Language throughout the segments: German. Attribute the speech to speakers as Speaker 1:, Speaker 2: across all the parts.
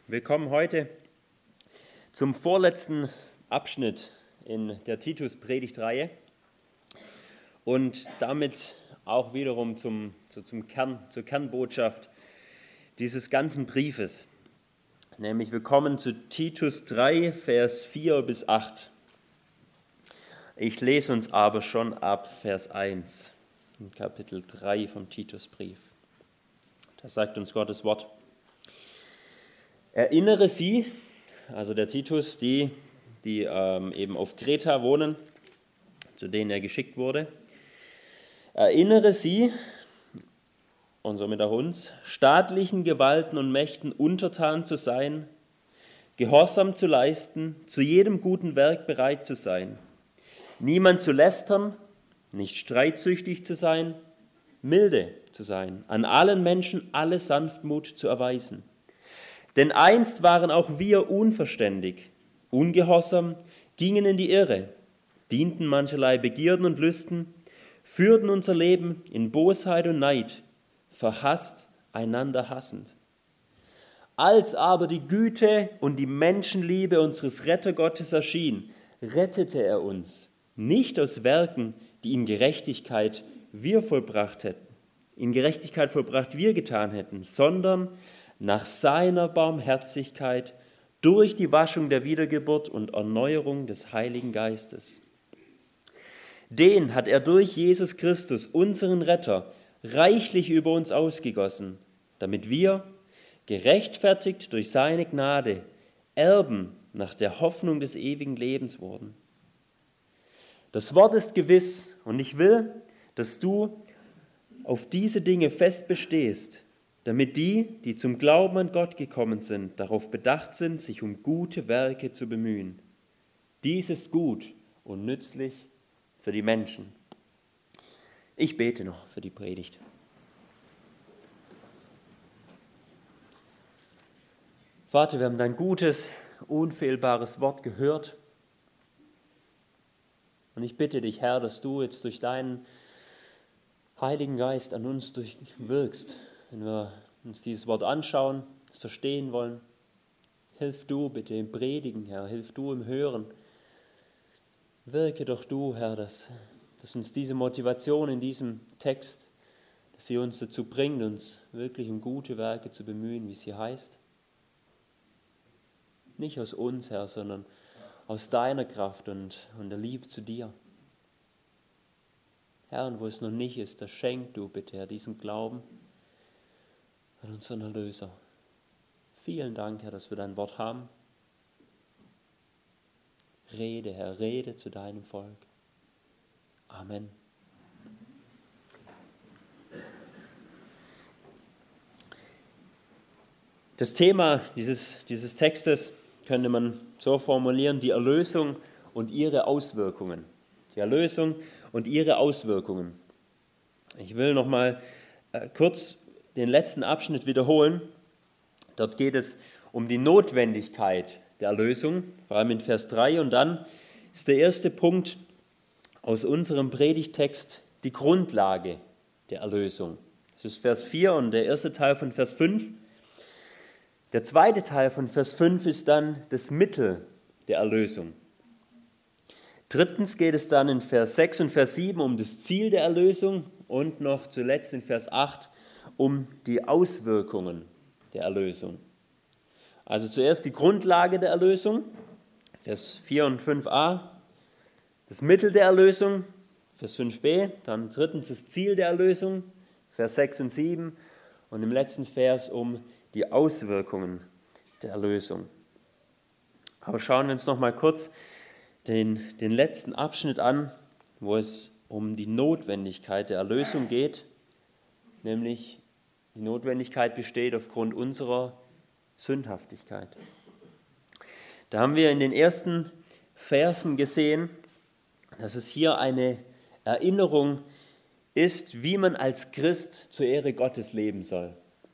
Speaker 1: Wir kommen heute zum vorletzten Abschnitt in der Titus-Predigtreihe und damit auch wiederum zur Kernbotschaft dieses ganzen Briefes. Nämlich wir kommen zu Titus 3, Vers 4 bis 8. Ich lese uns aber schon ab Vers 1 in Kapitel 3 vom Titusbrief. Da sagt uns Gottes Wort: Erinnere sie, also der Titus, die eben auf Kreta wohnen, zu denen er geschickt wurde. Erinnere sie, und somit auch uns, staatlichen Gewalten und Mächten untertan zu sein, Gehorsam zu leisten, zu jedem guten Werk bereit zu sein, niemand zu lästern, nicht streitsüchtig zu sein, milde zu sein, an allen Menschen alle Sanftmut zu erweisen. Denn einst waren auch wir unverständig, ungehorsam, gingen in die Irre, dienten mancherlei Begierden und Lüsten, führten unser Leben in Bosheit und Neid, verhasst, einander hassend. Als aber die Güte und die Menschenliebe unseres Rettergottes erschien, rettete er uns, nicht aus Werken, die in Gerechtigkeit vollbracht wir getan hätten, sondern nach seiner Barmherzigkeit durch die Waschung der Wiedergeburt und Erneuerung des Heiligen Geistes. Den hat er durch Jesus Christus, unseren Retter, reichlich über uns ausgegossen, damit wir, gerechtfertigt durch seine Gnade, Erben nach der Hoffnung des ewigen Lebens wurden. Das Wort ist gewiss und ich will, dass du auf diese Dinge fest bestehst, damit die zum Glauben an Gott gekommen sind, darauf bedacht sind, sich um gute Werke zu bemühen. Dies ist gut und nützlich für die Menschen. Ich bete noch für die Predigt. Vater, wir haben dein gutes, unfehlbares Wort gehört. Und ich bitte dich, Herr, dass du jetzt durch deinen Heiligen Geist an uns wirkst. Wenn wir uns dieses Wort anschauen, es verstehen wollen, hilf du bitte im Predigen, Herr, hilf du im Hören. Wirke doch du, Herr, dass uns diese Motivation in diesem Text, dass sie uns dazu bringt, uns wirklich um gute Werke zu bemühen, wie es hier heißt. Nicht aus uns, Herr, sondern aus deiner Kraft und der Liebe zu dir. Herr, und wo es noch nicht ist, da schenk du bitte, Herr, diesen Glauben an unseren Erlöser. Vielen Dank, Herr, dass wir dein Wort haben. Rede, Herr, rede zu deinem Volk. Amen. Das Thema dieses Textes könnte man so formulieren: die Erlösung und ihre Auswirkungen. Die Erlösung und ihre Auswirkungen. Ich will noch mal kurz den letzten Abschnitt wiederholen. Dort geht es um die Notwendigkeit der Erlösung, vor allem in Vers 3. Und dann ist der erste Punkt aus unserem Predigtext die Grundlage der Erlösung. Das ist Vers 4 und der erste Teil von Vers 5. Der zweite Teil von Vers 5 ist dann das Mittel der Erlösung. Drittens geht es dann in Vers 6 und Vers 7 um das Ziel der Erlösung und noch zuletzt in Vers 8 um die Auswirkungen der Erlösung. Also zuerst die Grundlage der Erlösung, Vers 4 und 5a, das Mittel der Erlösung, Vers 5b, dann drittens das Ziel der Erlösung, Vers 6 und 7 und im letzten Vers um die Auswirkungen der Erlösung. Aber schauen wir uns noch mal kurz den letzten Abschnitt an, wo es um die Notwendigkeit der Erlösung geht, nämlich die Notwendigkeit besteht aufgrund unserer Sündhaftigkeit. Da haben wir in den ersten Versen gesehen, dass es hier eine Erinnerung ist, wie man als Christ zur Ehre Gottes leben soll.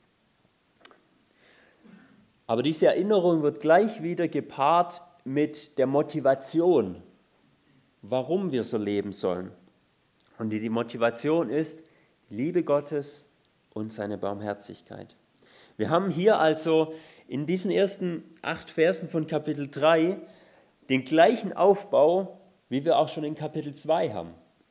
Speaker 1: Aber diese Erinnerung wird gleich wieder gepaart mit der Motivation, warum wir so leben sollen. Und die Motivation ist die Liebe Gottes und seine Barmherzigkeit. Wir haben hier also in diesen ersten 8 Versen von Kapitel 3 den gleichen Aufbau, wie wir auch schon in Kapitel 2 haben.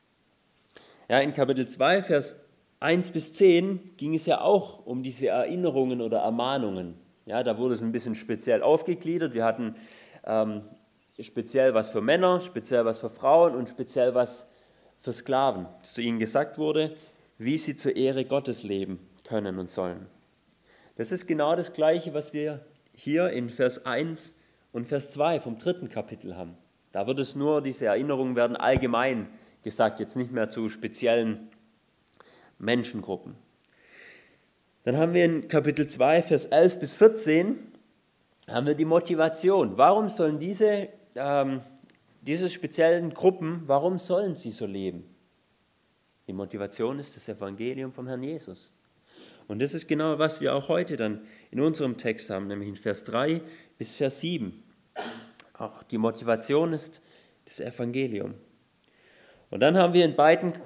Speaker 1: Ja, in Kapitel 2, Vers 1 bis 10 ging es ja auch um diese Erinnerungen oder Ermahnungen. Ja, da wurde es ein bisschen speziell aufgegliedert. Wir hatten speziell was für Männer, speziell was für Frauen und speziell was für Sklaven, dass zu ihnen gesagt wurde, wie sie zur Ehre Gottes leben können und sollen. Das ist genau das Gleiche, was wir hier in Vers 1 und Vers 2 vom 3. Kapitel haben. Da wird es nur, diese Erinnerungen werden allgemein gesagt, jetzt nicht mehr zu speziellen Menschengruppen. Dann haben wir in Kapitel 2, Vers 11 bis 14, haben wir die Motivation. Warum sollen diese speziellen Gruppen, warum sollen sie so leben? Die Motivation ist das Evangelium vom Herrn Jesus. Und das ist genau, was wir auch heute dann in unserem Text haben, nämlich in Vers 3 bis Vers 7. Auch die Motivation ist das Evangelium. Und dann haben wir in beiden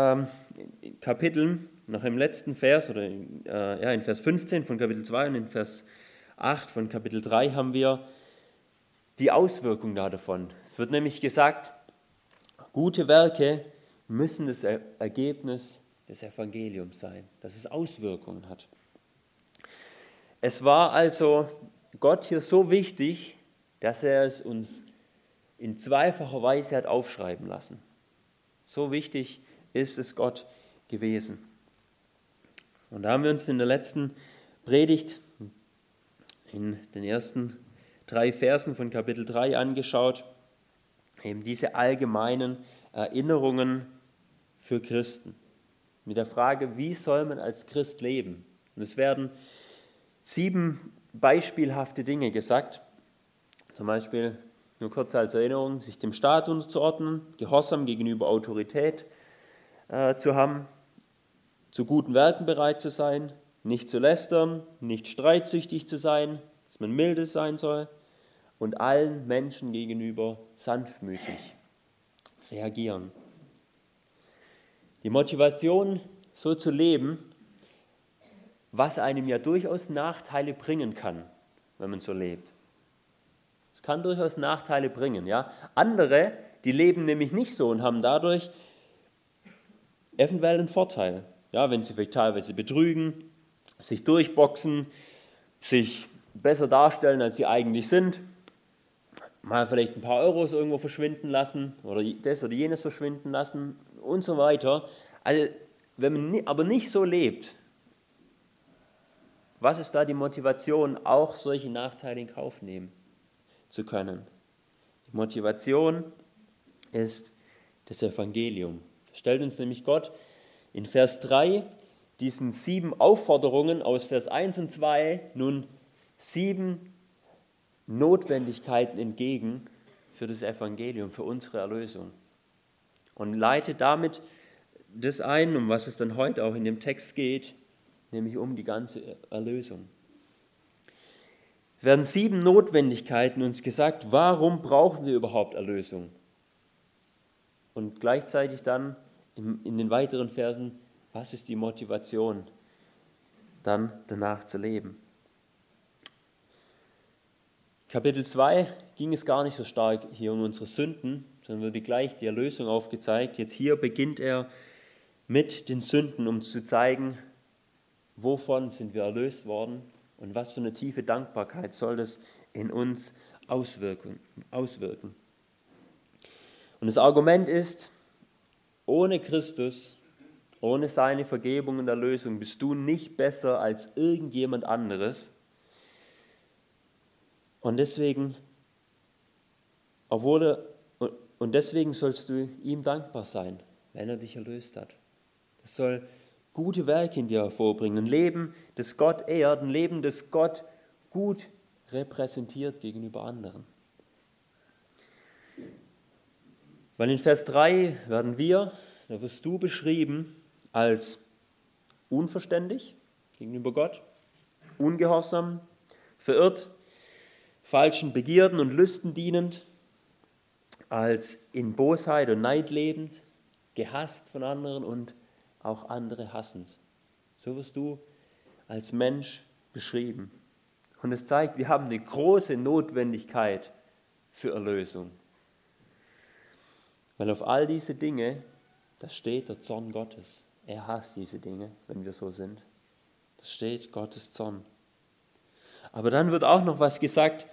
Speaker 1: Kapiteln, noch im letzten Vers, oder in Vers 15 von Kapitel 2 und in Vers 8 von Kapitel 3 haben wir die Auswirkung davon. Es wird nämlich gesagt, gute Werke müssen das Ergebnis des Evangeliums sein, dass es Auswirkungen hat. Es war also Gott hier so wichtig, dass er es uns in zweifacher Weise hat aufschreiben lassen. So wichtig ist es Gott gewesen. Und da haben wir uns in der letzten Predigt in den ersten 3 Versen von Kapitel 3 angeschaut, eben diese allgemeinen Erinnerungen für Christen. Mit der Frage, wie soll man als Christ leben? Und es werden 7 beispielhafte Dinge gesagt. Zum Beispiel, nur kurz als Erinnerung, sich dem Staat unterzuordnen, Gehorsam gegenüber Autorität zu haben, zu guten Werken bereit zu sein, nicht zu lästern, nicht streitsüchtig zu sein, dass man milde sein soll und allen Menschen gegenüber sanftmütig reagieren. Die Motivation, so zu leben, was einem ja durchaus Nachteile bringen kann, wenn man so lebt. Es kann durchaus Nachteile bringen. Ja? Andere, die leben nämlich nicht so und haben dadurch eventuell einen Vorteil. Ja, wenn sie vielleicht teilweise betrügen, sich durchboxen, sich besser darstellen, als sie eigentlich sind, mal vielleicht ein paar Euros irgendwo verschwinden lassen oder das oder jenes verschwinden lassen und so weiter. Also, wenn man aber nicht so lebt, was ist da die Motivation, auch solche Nachteile in Kauf nehmen zu können? Die Motivation ist das Evangelium. Das stellt uns nämlich Gott in Vers 3 diesen 7 Aufforderungen aus Vers 1 und 2 nun 7 Notwendigkeiten entgegen für das Evangelium, für unsere Erlösung. Und leitet damit das ein, um was es dann heute auch in dem Text geht, nämlich um die ganze Erlösung. Es werden 7 Notwendigkeiten uns gesagt, warum brauchen wir überhaupt Erlösung? Und gleichzeitig dann in den weiteren Versen, was ist die Motivation, dann danach zu leben? Kapitel 2 ging es gar nicht so stark hier um unsere Sünden, sondern wird gleich die Erlösung aufgezeigt. Jetzt hier beginnt er mit den Sünden, um zu zeigen, wovon sind wir erlöst worden und was für eine tiefe Dankbarkeit soll das in uns auswirken. Und das Argument ist, ohne Christus, ohne seine Vergebung und Erlösung bist du nicht besser als irgendjemand anderes. Und deswegen, deswegen sollst du ihm dankbar sein, wenn er dich erlöst hat. Das soll gute Werke in dir hervorbringen, ein Leben, das Gott ehrt, ein Leben, das Gott gut repräsentiert gegenüber anderen. Weil in Vers 3 da wirst du beschrieben als unverständig gegenüber Gott, ungehorsam, verirrt, falschen Begierden und Lüsten dienend, als in Bosheit und Neid lebend, gehasst von anderen und auch andere hassend. So wirst du als Mensch beschrieben. Und es zeigt, wir haben eine große Notwendigkeit für Erlösung. Weil auf all diese Dinge, da steht der Zorn Gottes. Er hasst diese Dinge, wenn wir so sind. Da steht Gottes Zorn. Aber dann wird auch noch was gesagt.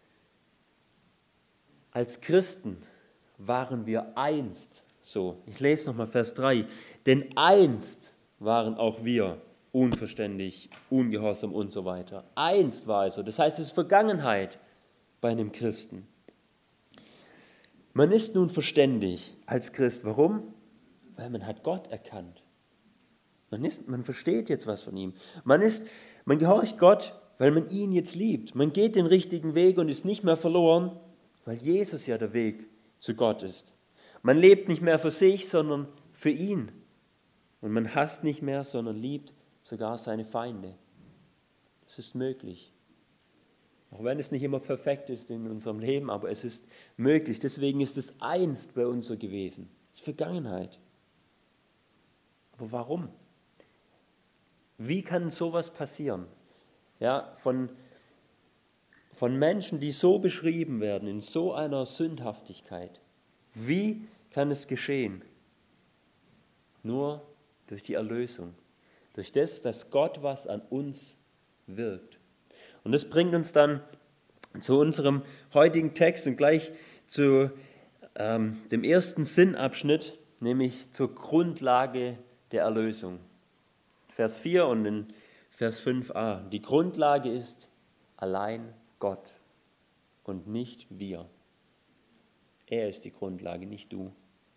Speaker 1: Als Christen waren wir einst so. Ich lese nochmal Vers 3. Denn einst waren auch wir unverständig, ungehorsam und so weiter. Einst war es so. Das heißt, es ist Vergangenheit bei einem Christen. Man ist nun verständig als Christ. Warum? Weil man hat Gott erkannt. Man versteht jetzt was von ihm. Man gehorcht Gott, weil man ihn jetzt liebt. Man geht den richtigen Weg und ist nicht mehr verloren, weil Jesus ja der Weg zu Gott ist. Man lebt nicht mehr für sich, sondern für ihn. Und man hasst nicht mehr, sondern liebt sogar seine Feinde. Das ist möglich. Auch wenn es nicht immer perfekt ist in unserem Leben, aber es ist möglich. Deswegen ist es einst bei uns so gewesen. Es ist Vergangenheit. Aber warum? Wie kann sowas passieren? Ja, von Menschen, die so beschrieben werden, in so einer Sündhaftigkeit. Wie kann es geschehen? Nur durch die Erlösung. Durch das, dass Gott was an uns wirkt. Und das bringt uns dann zu unserem heutigen Text und gleich zu dem ersten Sinnabschnitt, nämlich zur Grundlage der Erlösung. Vers 4 und in Vers 5a. Die Grundlage ist allein Gott und nicht wir. Er ist die Grundlage, nicht du.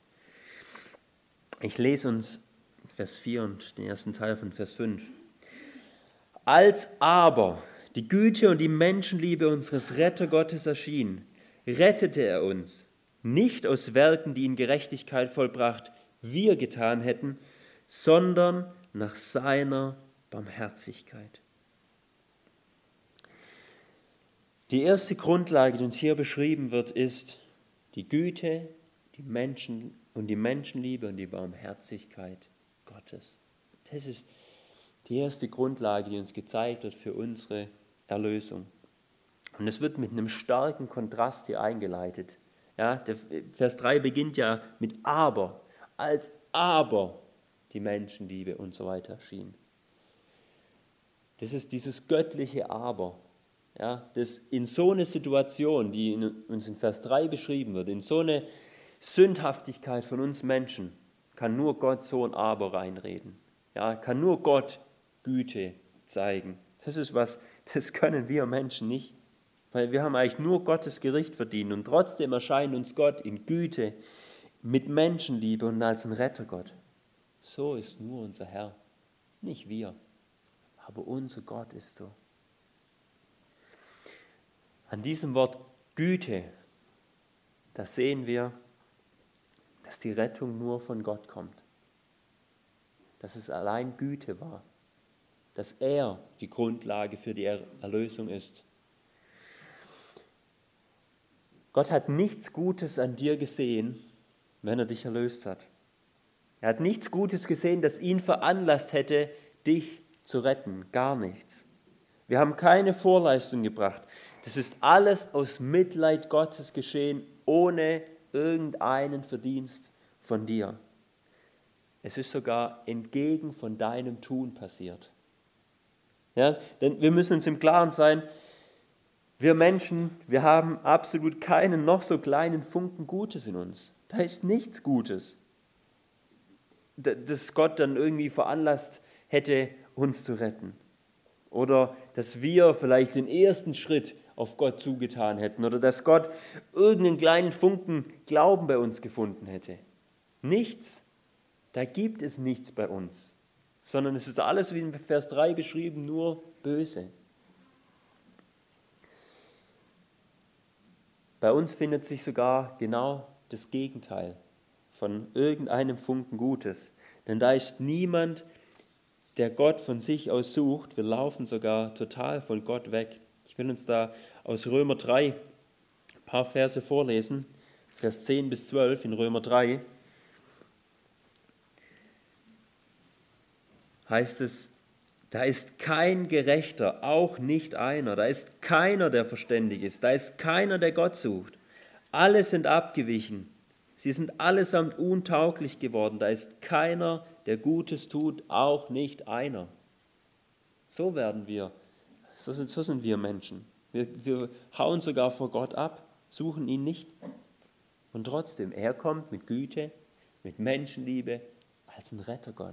Speaker 1: Ich lese uns Vers 4 und den ersten Teil von Vers 5. Als aber die Güte und die Menschenliebe unseres Rettergottes erschien, rettete er uns, nicht aus Werken, die in Gerechtigkeit vollbracht wir getan hätten, sondern nach seiner Barmherzigkeit. Die erste Grundlage, die uns hier beschrieben wird, ist die Güte, die Menschenliebe und die Barmherzigkeit Gottes. Das ist die erste Grundlage, die uns gezeigt wird für unsere Erlösung. Und es wird mit einem starken Kontrast hier eingeleitet. Ja, der Vers 3 beginnt ja mit aber, als aber die Menschenliebe und so weiter erschien. Das ist dieses göttliche Aber. Ja, das in so eine Situation, die uns in Vers 3 beschrieben wird, in so eine Sündhaftigkeit von uns Menschen, kann nur Gott so ein Aber reinreden. Ja, kann nur Gott Güte zeigen. Das können wir Menschen nicht, weil wir haben eigentlich nur Gottes Gericht verdient und trotzdem erscheint uns Gott in Güte, mit Menschenliebe und als ein Rettergott. So ist nur unser Herr, nicht wir, aber unser Gott ist so. An diesem Wort Güte, da sehen wir, dass die Rettung nur von Gott kommt. Dass es allein Güte war. Dass er die Grundlage für die Erlösung ist. Gott hat nichts Gutes an dir gesehen, wenn er dich erlöst hat. Er hat nichts Gutes gesehen, das ihn veranlasst hätte, dich zu retten. Gar nichts. Wir haben keine Vorleistung gebracht. Das ist alles aus Mitleid Gottes geschehen, ohne irgendeinen Verdienst von dir. Es ist sogar entgegen von deinem Tun passiert. Ja, denn wir müssen uns im Klaren sein, wir Menschen, wir haben absolut keinen noch so kleinen Funken Gutes in uns. Da ist nichts Gutes, das Gott dann irgendwie veranlasst hätte, uns zu retten. Oder dass wir vielleicht den ersten Schritt auf Gott zugetan hätten. Oder dass Gott irgendeinen kleinen Funken Glauben bei uns gefunden hätte. Nichts. Da gibt es nichts bei uns. Sondern es ist alles, wie in Vers 3 beschrieben, nur böse. Bei uns findet sich sogar genau das Gegenteil von irgendeinem Funken Gutes. Denn da ist niemand, der Gott von sich aus sucht. Wir laufen sogar total von Gott weg. Ich will uns da aus Römer 3 ein paar Verse vorlesen. Vers 10 bis 12 in Römer 3 heißt es, Da ist kein Gerechter, auch nicht einer. Da ist keiner, der verständig ist. Da ist keiner, der Gott sucht. Alle sind abgewichen. Sie sind allesamt untauglich geworden. Da ist keiner, der Gutes tut, auch nicht einer. So werden wir, so sind wir Menschen. Wir hauen sogar vor Gott ab, suchen ihn nicht. Und trotzdem, er kommt mit Güte, mit Menschenliebe als ein Rettergott.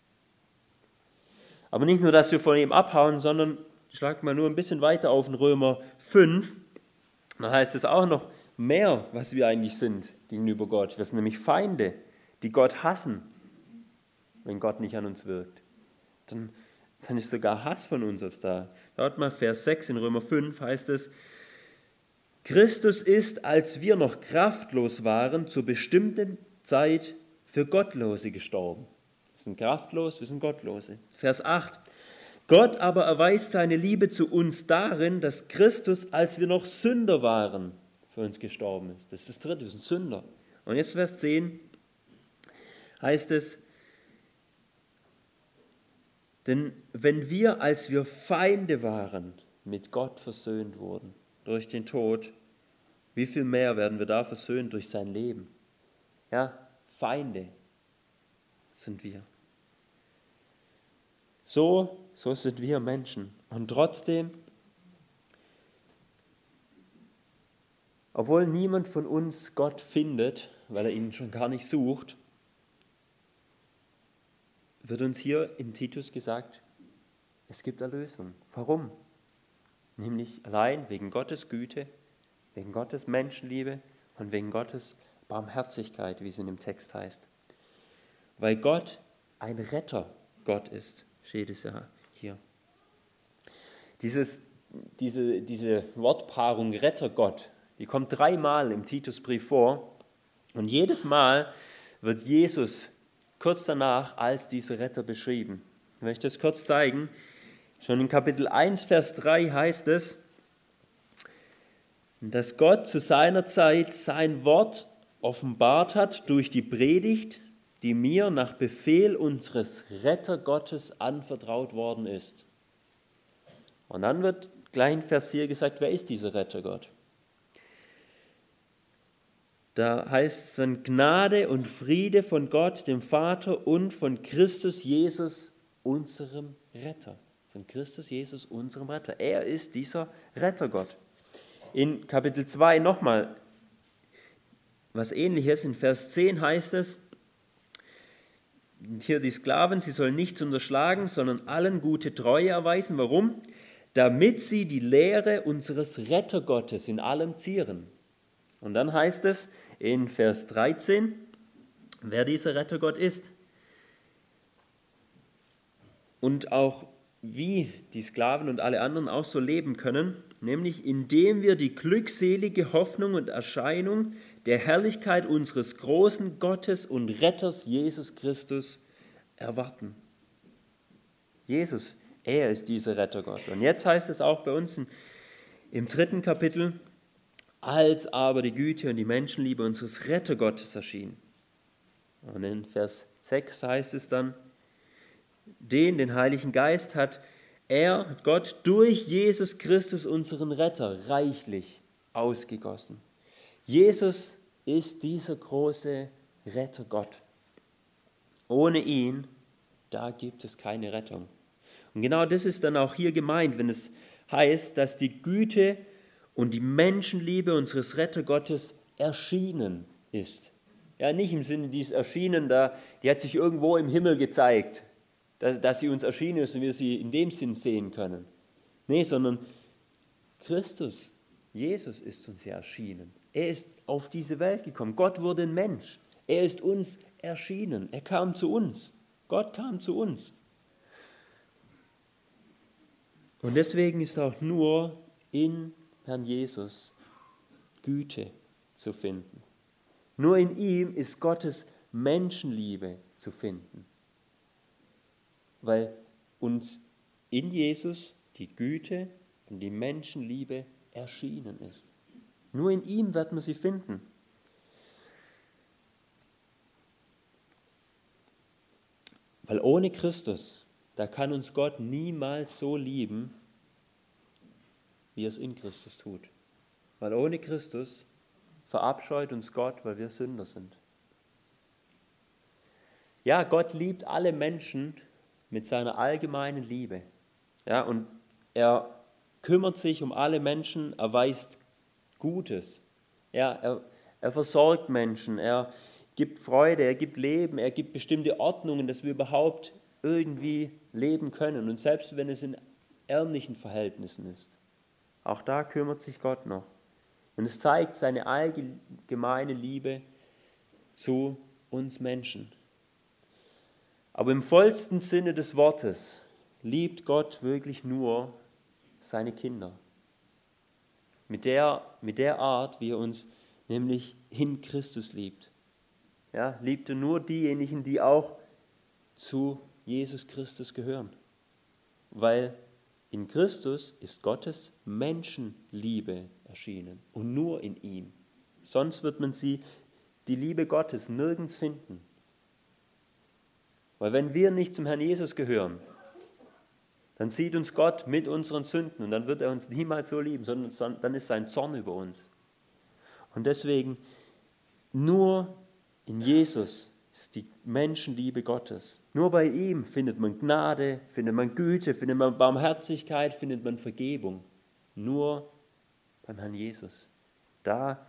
Speaker 1: Aber nicht nur, dass wir von ihm abhauen, sondern schlag mal nur ein bisschen weiter auf in Römer 5. Dann heißt es auch noch mehr, was wir eigentlich sind gegenüber Gott. Wir sind nämlich Feinde, die Gott hassen, wenn Gott nicht an uns wirkt. Dann ist sogar Hass von uns aufs da. Schaut mal, Vers 6 in Römer 5 heißt es, Christus ist, als wir noch kraftlos waren, zur bestimmten Zeit für Gottlose gestorben. Wir sind kraftlos, wir sind Gottlose. Vers 8. Gott aber erweist seine Liebe zu uns darin, dass Christus, als wir noch Sünder waren, für uns gestorben ist. Das ist das Dritte, wir sind Sünder. Und jetzt Vers 10 heißt es, denn wenn wir, als wir Feinde waren, mit Gott versöhnt wurden, durch den Tod, wie viel mehr werden wir da versöhnt durch sein Leben? Ja, Feinde sind wir. So sind wir Menschen. Und trotzdem, obwohl niemand von uns Gott findet, weil er ihn schon gar nicht sucht, wird uns hier in Titus gesagt, es gibt Erlösung. Warum? Nämlich allein wegen Gottes Güte, wegen Gottes Menschenliebe und wegen Gottes Barmherzigkeit, wie es in dem Text heißt. Weil Gott ein Rettergott ist, steht es ja hier. Diese Wortpaarung Rettergott, die kommt 3-mal im Titusbrief vor und jedes Mal wird Jesus kurz danach als dieser Retter beschrieben. Ich möchte das kurz zeigen. Schon in Kapitel 1, Vers 3 heißt es, dass Gott zu seiner Zeit sein Wort offenbart hat durch die Predigt, die mir nach Befehl unseres Rettergottes anvertraut worden ist. Und dann wird gleich in Vers 4 gesagt, wer ist dieser Rettergott? Da heißt es dann Gnade und Friede von Gott, dem Vater und von Christus Jesus, unserem Retter. Von Christus Jesus, unserem Retter. Er ist dieser Rettergott. In Kapitel 2 nochmal was Ähnliches. In Vers 10 heißt es, hier die Sklaven, sie sollen nichts unterschlagen, sondern allen gute Treue erweisen. Warum? Damit sie die Lehre unseres Rettergottes in allem zieren. Und dann heißt es in Vers 13, wer dieser Rettergott ist. Und auch wie die Sklaven und alle anderen auch so leben können, nämlich indem wir die glückselige Hoffnung und Erscheinung der Herrlichkeit unseres großen Gottes und Retters Jesus Christus erwarten. Jesus, er ist dieser Rettergott. Und jetzt heißt es auch bei uns im 3. Kapitel, als aber die Güte und die Menschenliebe unseres Rettergottes erschien. Und in Vers 6 heißt es dann, den Heiligen Geist hat Gott durch Jesus Christus, unseren Retter, reichlich ausgegossen. Jesus ist dieser große Rettergott. Ohne ihn, da gibt es keine Rettung. Und genau das ist dann auch hier gemeint, wenn es heißt, dass die Güte und die Menschenliebe unseres Rettergottes erschienen ist. Ja, nicht im Sinne dieses Erschienen, die hat sich irgendwo im Himmel gezeigt, dass sie uns erschienen ist und wir sie in dem Sinn sehen können. Nee, sondern Christus, Jesus ist uns ja erschienen. Er ist auf diese Welt gekommen. Gott wurde ein Mensch. Er ist uns erschienen. Er kam zu uns. Gott kam zu uns. Und deswegen ist auch nur in Herrn Jesus Güte zu finden. Nur in ihm ist Gottes Menschenliebe zu finden. Weil uns in Jesus die Güte und die Menschenliebe erschienen ist. Nur in ihm wird man sie finden. Weil ohne Christus, da kann uns Gott niemals so lieben, wie er es in Christus tut. Weil ohne Christus verabscheut uns Gott, weil wir Sünder sind. Ja, Gott liebt alle Menschen mit seiner allgemeinen Liebe. Ja, und er kümmert sich um alle Menschen, er weiß Gutes. Ja, er versorgt Menschen, er gibt Freude, er gibt Leben, er gibt bestimmte Ordnungen, dass wir überhaupt irgendwie leben können. Und selbst wenn es in ärmlichen Verhältnissen ist, auch da kümmert sich Gott noch. Und es zeigt seine allgemeine Liebe zu uns Menschen. Aber im vollsten Sinne des Wortes liebt Gott wirklich nur seine Kinder. Mit der Art, wie er uns nämlich in Christus liebt. Ja, liebt er nur diejenigen, die auch zu Jesus Christus gehören. Weil in Christus ist Gottes Menschenliebe erschienen und nur in ihm. Sonst wird man die Liebe Gottes nirgends finden. Weil wenn wir nicht zum Herrn Jesus gehören, dann sieht uns Gott mit unseren Sünden und dann wird er uns niemals so lieben, sondern dann ist sein Zorn über uns. Und deswegen nur in Jesus ist die Menschenliebe Gottes. Nur bei ihm findet man Gnade, findet man Güte, findet man Barmherzigkeit, findet man Vergebung. Nur beim Herrn Jesus. Da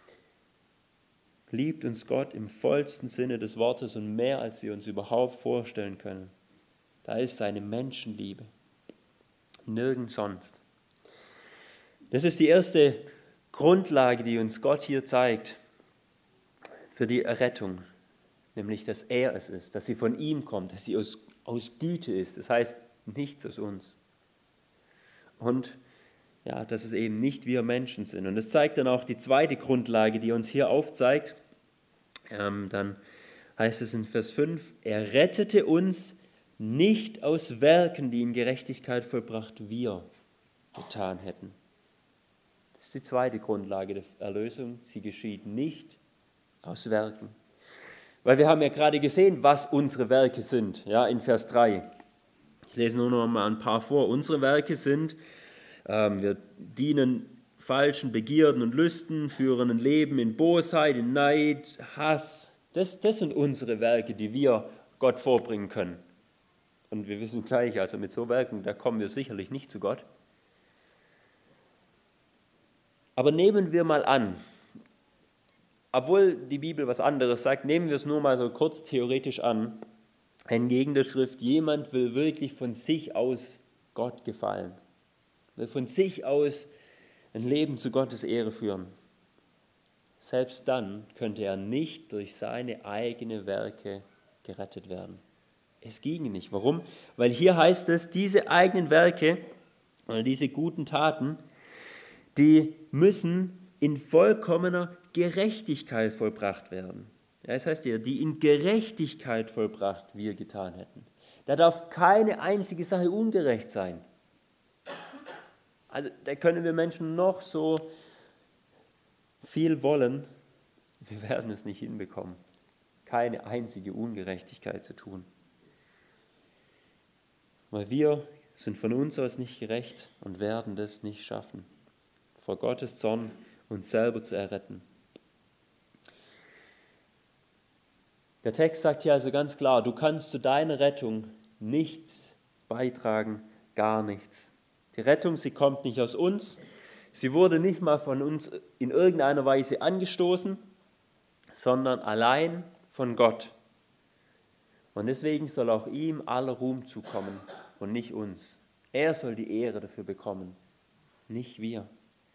Speaker 1: liebt uns Gott im vollsten Sinne des Wortes und mehr, als wir uns überhaupt vorstellen können. Da ist seine Menschenliebe. Nirgends sonst. Das ist die erste Grundlage, die uns Gott hier zeigt für die Errettung. Nämlich, dass er es ist, dass sie von ihm kommt, dass sie aus Güte ist. Das heißt, nichts aus uns. Und ja, dass es eben nicht wir Menschen sind. Und das zeigt dann auch die zweite Grundlage, die uns hier aufzeigt. Dann heißt es in Vers 5, er rettete uns nicht aus Werken, die in Gerechtigkeit vollbracht wir getan hätten. Das ist die zweite Grundlage der Erlösung. Sie geschieht nicht aus Werken. Weil wir haben ja gerade gesehen, was unsere Werke sind, ja, in Vers 3. Ich lese nur noch mal ein paar vor. Unsere Werke sind, wir dienen falschen Begierden und Lüsten, führen ein Leben in Bosheit, in Neid, Hass. Das sind unsere Werke, die wir Gott vorbringen können. Und wir wissen gleich, also mit so Werken, da kommen wir sicherlich nicht zu Gott. Aber nehmen wir mal an, obwohl die Bibel was anderes sagt, nehmen wir es nur mal so kurz theoretisch an, entgegen der Schrift, jemand will wirklich von sich aus Gott gefallen, will von sich aus ein Leben zu Gottes Ehre führen. Selbst dann könnte er nicht durch seine eigenen Werke gerettet werden. Es ginge nicht. Warum? Weil hier heißt es, diese eigenen Werke oder diese guten Taten, die müssen in vollkommener Gerechtigkeit vollbracht werden. Ja, das heißt ja, die in Gerechtigkeit vollbracht wir getan hätten. Da darf keine einzige Sache ungerecht sein. Also da können wir Menschen noch so viel wollen, wir werden es nicht hinbekommen, keine einzige Ungerechtigkeit zu tun. Weil wir sind von uns aus nicht gerecht und werden das nicht schaffen, vor Gottes Zorn uns selber zu erretten. Der Text sagt hier also ganz klar, du kannst zu deiner Rettung nichts beitragen, gar nichts. Die Rettung, sie kommt nicht aus uns, sie wurde nicht mal von uns in irgendeiner Weise angestoßen, sondern allein von Gott. Und deswegen soll auch ihm aller Ruhm zukommen und nicht uns. Er soll die Ehre dafür bekommen, nicht wir.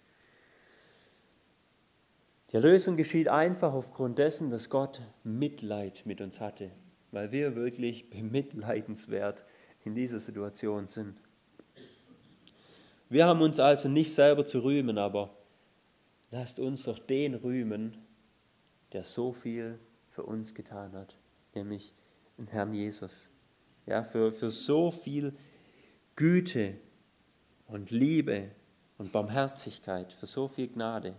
Speaker 1: Die Erlösung geschieht einfach aufgrund dessen, dass Gott Mitleid mit uns hatte, weil wir wirklich bemitleidenswert in dieser Situation sind. Wir haben uns also nicht selber zu rühmen, aber lasst uns doch den rühmen, der so viel für uns getan hat, nämlich den Herrn Jesus. Ja, für so viel Güte und Liebe und Barmherzigkeit, für so viel Gnade.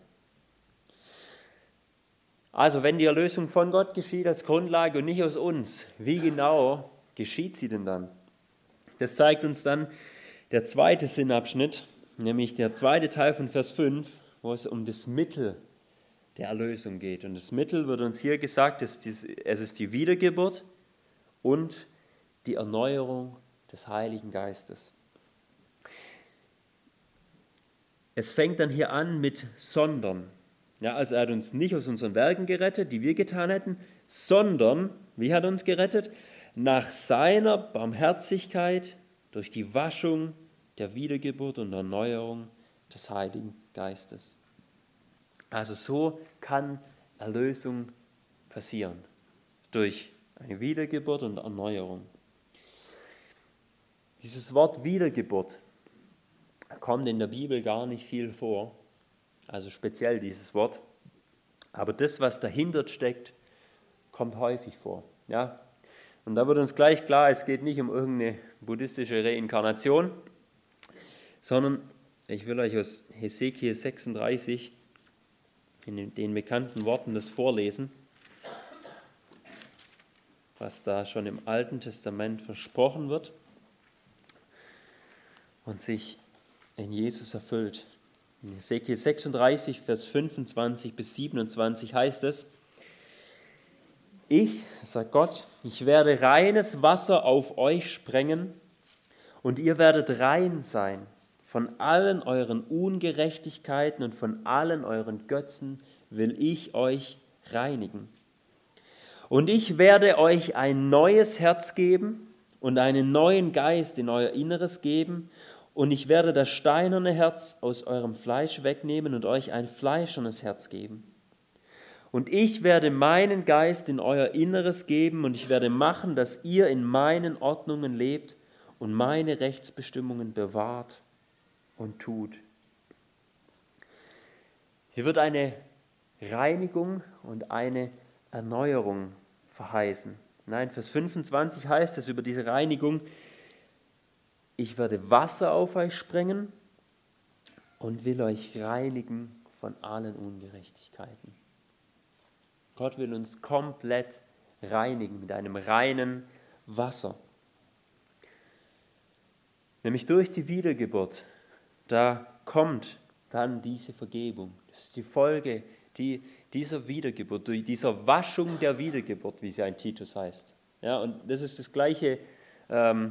Speaker 1: Also wenn die Erlösung von Gott geschieht als Grundlage und nicht aus uns, wie genau geschieht sie denn dann? Das zeigt uns dann der zweite Sinnabschnitt, nämlich der zweite Teil von Vers 5, wo es um das Mittel der Erlösung geht. Und das Mittel wird uns hier gesagt, es ist die Wiedergeburt und die Erneuerung des Heiligen Geistes. Es fängt dann hier an mit sondern. Ja, also er hat uns nicht aus unseren Werken gerettet, die wir getan hätten, sondern, wie hat er uns gerettet? Nach seiner Barmherzigkeit durch die Waschung der Wiedergeburt und Erneuerung des Heiligen Geistes. Also so kann Erlösung passieren, durch eine Wiedergeburt und Erneuerung. Dieses Wort Wiedergeburt kommt in der Bibel gar nicht viel vor, also speziell dieses Wort. Aber das, was dahinter steckt, kommt häufig vor. Ja? Und da wird uns gleich klar, es geht nicht um irgendeine buddhistische Reinkarnation, sondern ich will euch aus Hesekiel 36 in den bekannten Worten das vorlesen, was da schon im Alten Testament versprochen wird und sich in Jesus erfüllt. In Hesekiel 36, Vers 25 bis 27 heißt es: Ich, sagt Gott, ich werde reines Wasser auf euch sprengen und ihr werdet rein sein. Von allen euren Ungerechtigkeiten und von allen euren Götzen will ich euch reinigen. Und ich werde euch ein neues Herz geben und einen neuen Geist in euer Inneres geben. Und ich werde das steinerne Herz aus eurem Fleisch wegnehmen und euch ein fleischernes Herz geben. Und ich werde meinen Geist in euer Inneres geben und ich werde machen, dass ihr in meinen Ordnungen lebt und meine Rechtsbestimmungen bewahrt und tut. Hier wird eine Reinigung und eine Erneuerung verheißen. Nein, Vers 25 heißt es über diese Reinigung: Ich werde Wasser auf euch sprengen und will euch reinigen von allen Ungerechtigkeiten. Gott will uns komplett reinigen mit einem reinen Wasser. Nämlich durch die Wiedergeburt, da kommt dann diese Vergebung. Das ist die Folge dieser Wiedergeburt, durch dieser Waschung der Wiedergeburt, wie sie in Titus heißt. Ja, und das ist das Gleiche. Das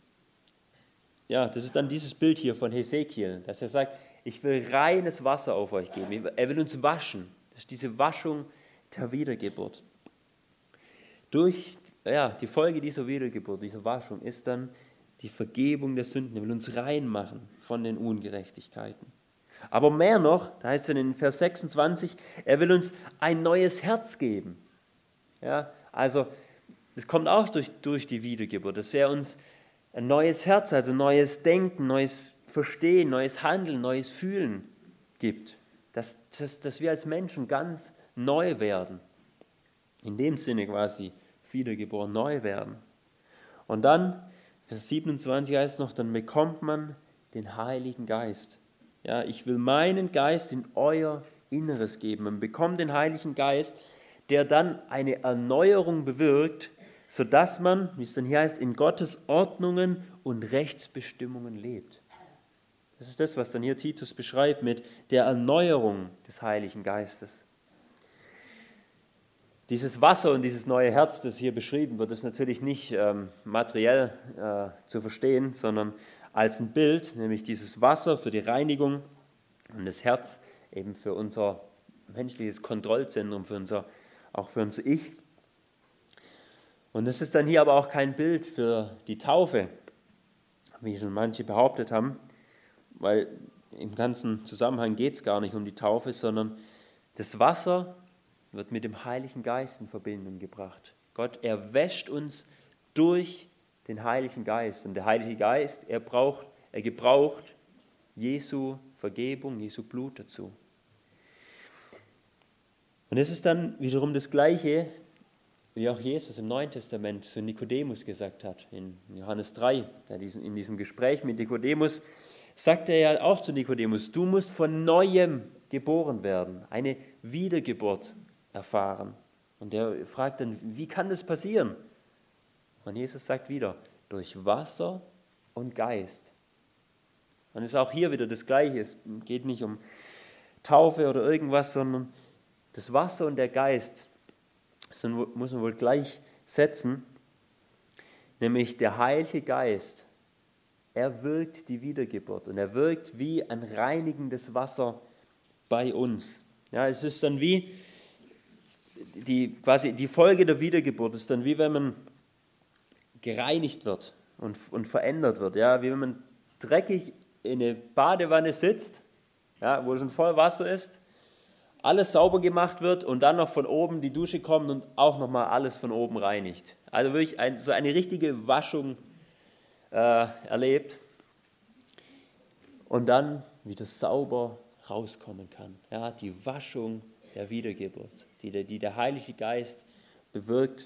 Speaker 1: ist dann dieses Bild hier von Hesekiel, dass er sagt, ich will reines Wasser auf euch geben. Er will uns waschen. Das ist diese Waschung der Wiedergeburt. Durch die Folge dieser Wiedergeburt, dieser Waschung, ist dann die Vergebung der Sünden. Er will uns reinmachen von den Ungerechtigkeiten. Aber mehr noch, da heißt es in Vers 26, er will uns ein neues Herz geben. Ja, also das kommt auch durch die Wiedergeburt, dass er uns ein neues Herz, also neues Denken, neues Verstehen, neues Handeln, neues Fühlen gibt. Dass wir als Menschen ganz neu werden. In dem Sinne quasi wiedergeboren, neu werden. Und dann, Vers 27 heißt noch, dann bekommt man den Heiligen Geist. Ja, ich will meinen Geist in euer Inneres geben. Man bekommt den Heiligen Geist, der dann eine Erneuerung bewirkt, sodass man, wie es dann hier heißt, in Gottes Ordnungen und Rechtsbestimmungen lebt. Das ist das, was dann hier Titus beschreibt mit der Erneuerung des Heiligen Geistes. Dieses Wasser und dieses neue Herz, das hier beschrieben wird, ist natürlich nicht materiell zu verstehen, sondern als ein Bild, nämlich dieses Wasser für die Reinigung und das Herz eben für unser menschliches Kontrollzentrum, auch für unser Ich. Und das ist dann hier aber auch kein Bild für die Taufe, wie schon manche behauptet haben, weil im ganzen Zusammenhang geht es gar nicht um die Taufe, sondern das Wasser wird mit dem Heiligen Geist in Verbindung gebracht. Gott, er wäscht uns durch den Heiligen Geist. Und der Heilige Geist, er gebraucht Jesu Vergebung, Jesu Blut dazu. Und es ist dann wiederum das Gleiche, wie auch Jesus im Neuen Testament zu Nikodemus gesagt hat, in Johannes 3, in diesem Gespräch mit Nikodemus, sagt er ja auch zu Nikodemus, du musst von Neuem geboren werden, eine Wiedergeburt erfahren. Und er fragt dann, wie kann das passieren? Und Jesus sagt wieder, durch Wasser und Geist. Und es ist auch hier wieder das Gleiche. Es geht nicht um Taufe oder irgendwas, sondern das Wasser und der Geist, das muss man wohl gleichsetzen, nämlich der Heilige Geist. Er wirkt die Wiedergeburt und er wirkt wie ein reinigendes Wasser bei uns. Ja, es ist dann wie quasi die Folge der Wiedergeburt, ist dann wie wenn man gereinigt wird und verändert wird. Ja, wie wenn man dreckig in eine Badewanne sitzt, ja, wo schon voll Wasser ist, alles sauber gemacht wird und dann noch von oben die Dusche kommt und auch nochmal alles von oben reinigt. Also wirklich so eine richtige Waschung erlebt und dann wieder sauber rauskommen kann. Ja, die Waschung der Wiedergeburt, die der Heilige Geist bewirkt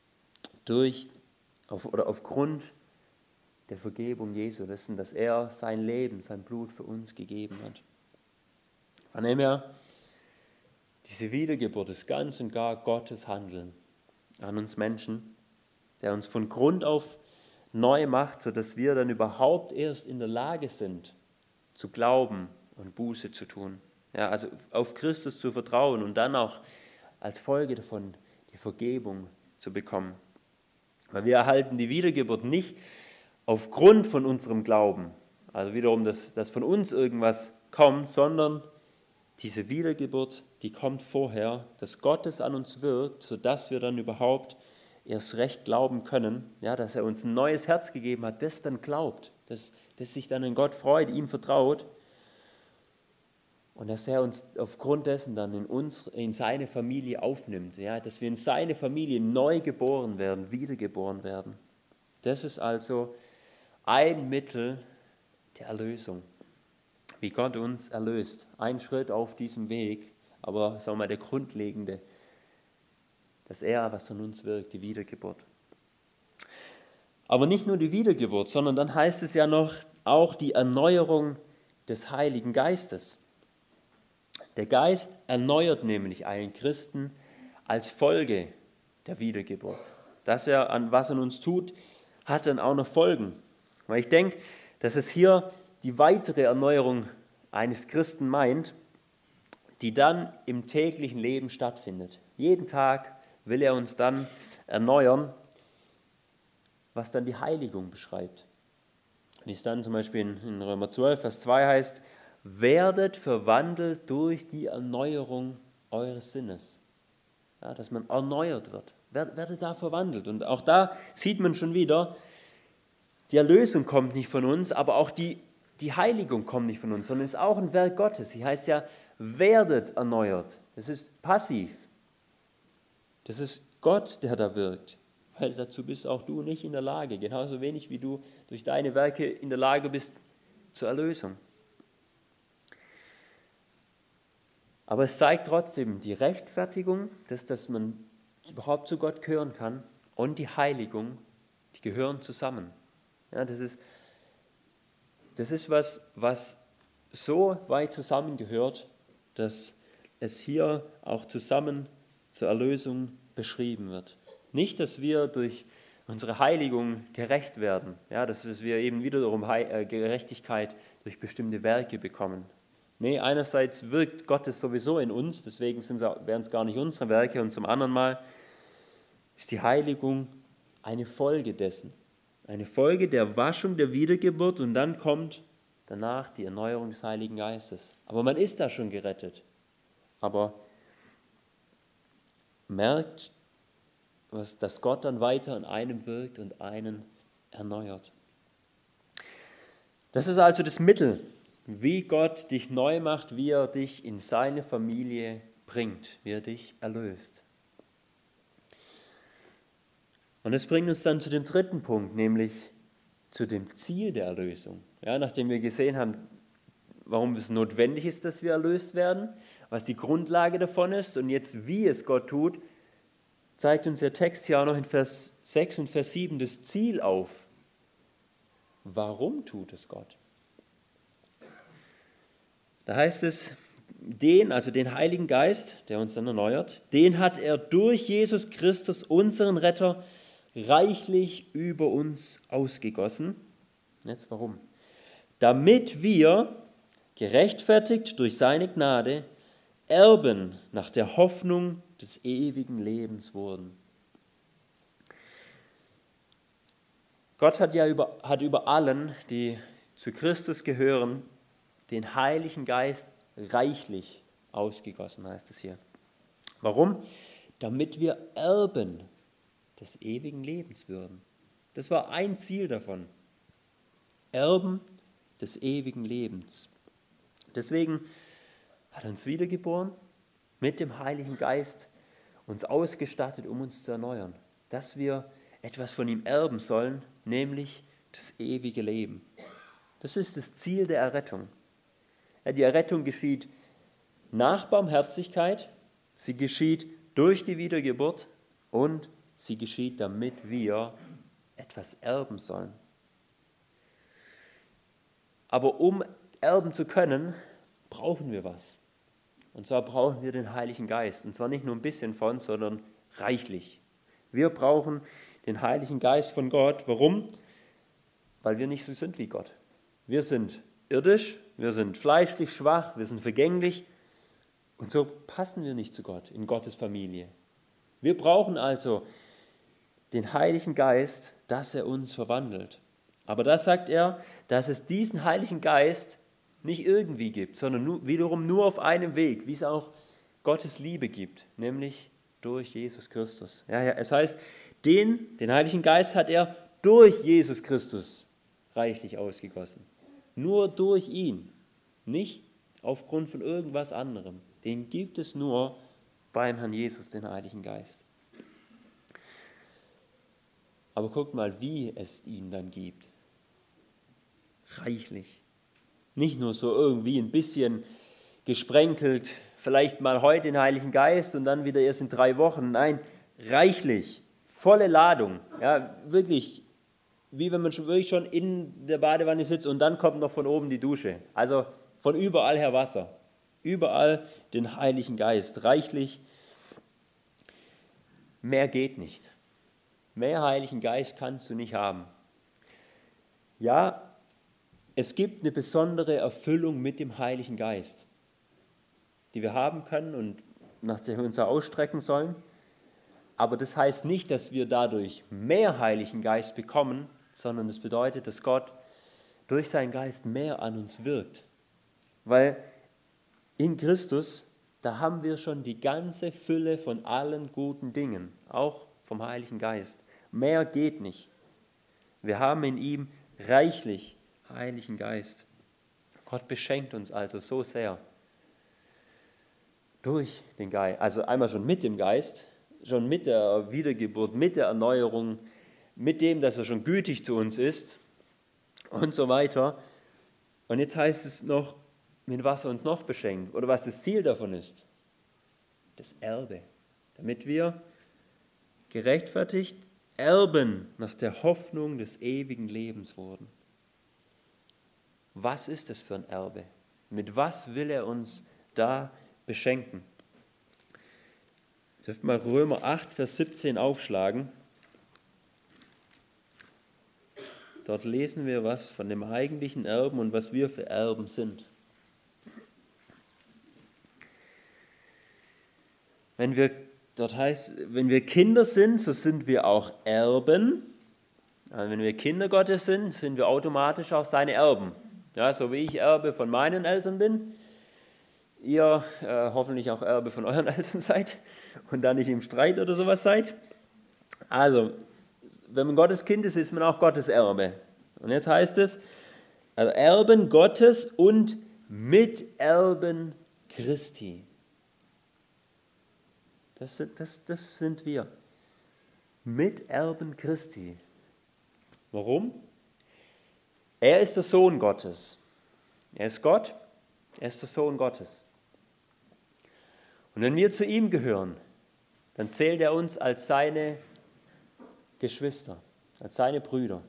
Speaker 1: aufgrund der Vergebung Jesu, dessen, dass er sein Leben, sein Blut für uns gegeben hat. Von dem her, diese Wiedergeburt ist ganz und gar Gottes Handeln an uns Menschen, der uns von Grund auf neu macht, sodass wir dann überhaupt erst in der Lage sind, zu glauben und Buße zu tun. Ja, also auf Christus zu vertrauen und dann auch als Folge davon die Vergebung zu bekommen. Weil wir erhalten die Wiedergeburt nicht aufgrund von unserem Glauben, also wiederum, dass von uns irgendwas kommt, sondern diese Wiedergeburt, die kommt vorher, dass Gott es an uns wirkt, sodass wir dann überhaupt erst recht glauben können, ja, dass er uns ein neues Herz gegeben hat, das dann glaubt, das sich dann in Gott freut, ihm vertraut und dass er uns aufgrund dessen dann in seine Familie aufnimmt, ja, dass wir in seine Familie neu geboren werden, wiedergeboren werden. Das ist also ein Mittel der Erlösung, wie Gott uns erlöst. Ein Schritt auf diesem Weg, aber sagen wir mal der grundlegende, dass er was an uns wirkt, die Wiedergeburt. Aber nicht nur die Wiedergeburt, sondern dann heißt es ja noch auch die Erneuerung des Heiligen Geistes. Der Geist erneuert nämlich einen Christen als Folge der Wiedergeburt. Dass er was an uns tut, hat dann auch noch Folgen. Weil ich denke, dass es hier die weitere Erneuerung eines Christen meint, die dann im täglichen Leben stattfindet. Jeden Tag will er uns dann erneuern, was dann die Heiligung beschreibt. Wie es dann zum Beispiel in Römer 12, Vers 2 heißt, werdet verwandelt durch die Erneuerung eures Sinnes. Ja, dass man erneuert wird. Werdet da verwandelt. Und auch da sieht man schon wieder, die Erlösung kommt nicht von uns, aber auch die Heiligung kommt nicht von uns, sondern ist auch ein Werk Gottes. Hier heißt ja, werdet erneuert. Das ist passiv. Das ist Gott, der da wirkt. Weil dazu bist auch du nicht in der Lage, genauso wenig wie du durch deine Werke in der Lage bist zur Erlösung. Aber es zeigt trotzdem die Rechtfertigung, dass man überhaupt zu Gott gehören kann, und die Heiligung, die gehören zusammen. Ja, das ist was so weit zusammengehört, dass es hier auch zusammen zur Erlösung beschrieben wird. Nicht, dass wir durch unsere Heiligung gerecht werden, ja, dass wir eben wiederum Gerechtigkeit durch bestimmte Werke bekommen. Nee, einerseits wirkt Gott es sowieso in uns, deswegen wären es gar nicht unsere Werke, und zum anderen Mal ist die Heiligung eine Folge dessen, eine Folge der Waschung, der Wiedergeburt, und dann kommt danach die Erneuerung des Heiligen Geistes. Aber man ist da schon gerettet. Aber merkt, dass Gott dann weiter in einem wirkt und einen erneuert. Das ist also das Mittel, wie Gott dich neu macht, wie er dich in seine Familie bringt, wie er dich erlöst. Und das bringt uns dann zu dem dritten Punkt, nämlich zu dem Ziel der Erlösung. Ja, nachdem wir gesehen haben, warum es notwendig ist, dass wir erlöst werden, was die Grundlage davon ist und jetzt, wie es Gott tut, zeigt uns der Text hier auch noch in Vers 6 und Vers 7 das Ziel auf. Warum tut es Gott? Da heißt es, den Heiligen Geist, der uns dann erneuert, den hat er durch Jesus Christus, unseren Retter, reichlich über uns ausgegossen. Jetzt warum? Damit wir, gerechtfertigt durch seine Gnade, Erben nach der Hoffnung des ewigen Lebens wurden. Gott hat über allen, die zu Christus gehören, den Heiligen Geist reichlich ausgegossen, heißt es hier. Warum? Damit wir Erben des ewigen Lebens würden. Das war ein Ziel davon. Erben des ewigen Lebens. Deswegen hat er uns wiedergeboren, mit dem Heiligen Geist uns ausgestattet, um uns zu erneuern. Dass wir etwas von ihm erben sollen, nämlich das ewige Leben. Das ist das Ziel der Errettung. Ja, die Errettung geschieht nach Barmherzigkeit, sie geschieht durch die Wiedergeburt und sie geschieht, damit wir etwas erben sollen. Aber um erben zu können, brauchen wir was. Und zwar brauchen wir den Heiligen Geist. Und zwar nicht nur ein bisschen von, sondern reichlich. Wir brauchen den Heiligen Geist von Gott. Warum? Weil wir nicht so sind wie Gott. Wir sind irdisch, wir sind fleischlich, schwach, wir sind vergänglich. Und so passen wir nicht zu Gott, in Gottes Familie. Wir brauchen also den Heiligen Geist, dass er uns verwandelt. Aber da sagt er, dass es diesen Heiligen Geist nicht irgendwie gibt, sondern wiederum nur auf einem Weg, wie es auch Gottes Liebe gibt, nämlich durch Jesus Christus. Ja, es heißt, den Heiligen Geist hat er durch Jesus Christus reichlich ausgegossen. Nur durch ihn, nicht aufgrund von irgendwas anderem. Den gibt es nur beim Herrn Jesus, den Heiligen Geist. Aber guckt mal, wie es ihn dann gibt. Reichlich. Nicht nur so irgendwie ein bisschen gesprenkelt, vielleicht mal heute den Heiligen Geist und dann wieder erst in 3 Wochen. Nein, reichlich, volle Ladung. Ja, wirklich, wie wenn man wirklich schon in der Badewanne sitzt und dann kommt noch von oben die Dusche. Also von überall her Wasser. Überall den Heiligen Geist. Reichlich. Mehr geht nicht. Mehr Heiligen Geist kannst du nicht haben. Ja, es gibt eine besondere Erfüllung mit dem Heiligen Geist, die wir haben können und nach der wir uns ausstrecken sollen. Aber das heißt nicht, dass wir dadurch mehr Heiligen Geist bekommen, sondern das bedeutet, dass Gott durch seinen Geist mehr an uns wirkt. Weil in Christus, da haben wir schon die ganze Fülle von allen guten Dingen, auch vom Heiligen Geist. Mehr geht nicht. Wir haben in ihm reichlich Heiligen Geist. Gott beschenkt uns also so sehr durch den Geist, also einmal schon mit dem Geist, schon mit der Wiedergeburt, mit der Erneuerung, mit dem, dass er schon gütig zu uns ist und so weiter. Und jetzt heißt es noch, mit was er uns noch beschenkt oder was das Ziel davon ist. Das Erbe, damit wir gerechtfertigt Erben nach der Hoffnung des ewigen Lebens wurden. Was ist das für ein Erbe? Mit was will er uns da beschenken? Ihr dürft mal Römer 8, Vers 17 aufschlagen. Dort lesen wir was von dem eigentlichen Erben und was wir für Erben sind. Dort heißt, wenn wir Kinder sind, so sind wir auch Erben. Also wenn wir Kinder Gottes sind, sind wir automatisch auch seine Erben. Ja, so wie ich Erbe von meinen Eltern bin, ihr hoffentlich auch Erbe von euren Eltern seid und da nicht im Streit oder sowas seid. Also, wenn man Gottes Kind ist, ist man auch Gottes Erbe. Und jetzt heißt es, also Erben Gottes und Miterben Christi. Das sind wir. Miterben Christi. Warum? Er ist der Sohn Gottes. Er ist Gott, er ist der Sohn Gottes. Und wenn wir zu ihm gehören, dann zählt er uns als seine Geschwister, als seine Brüder.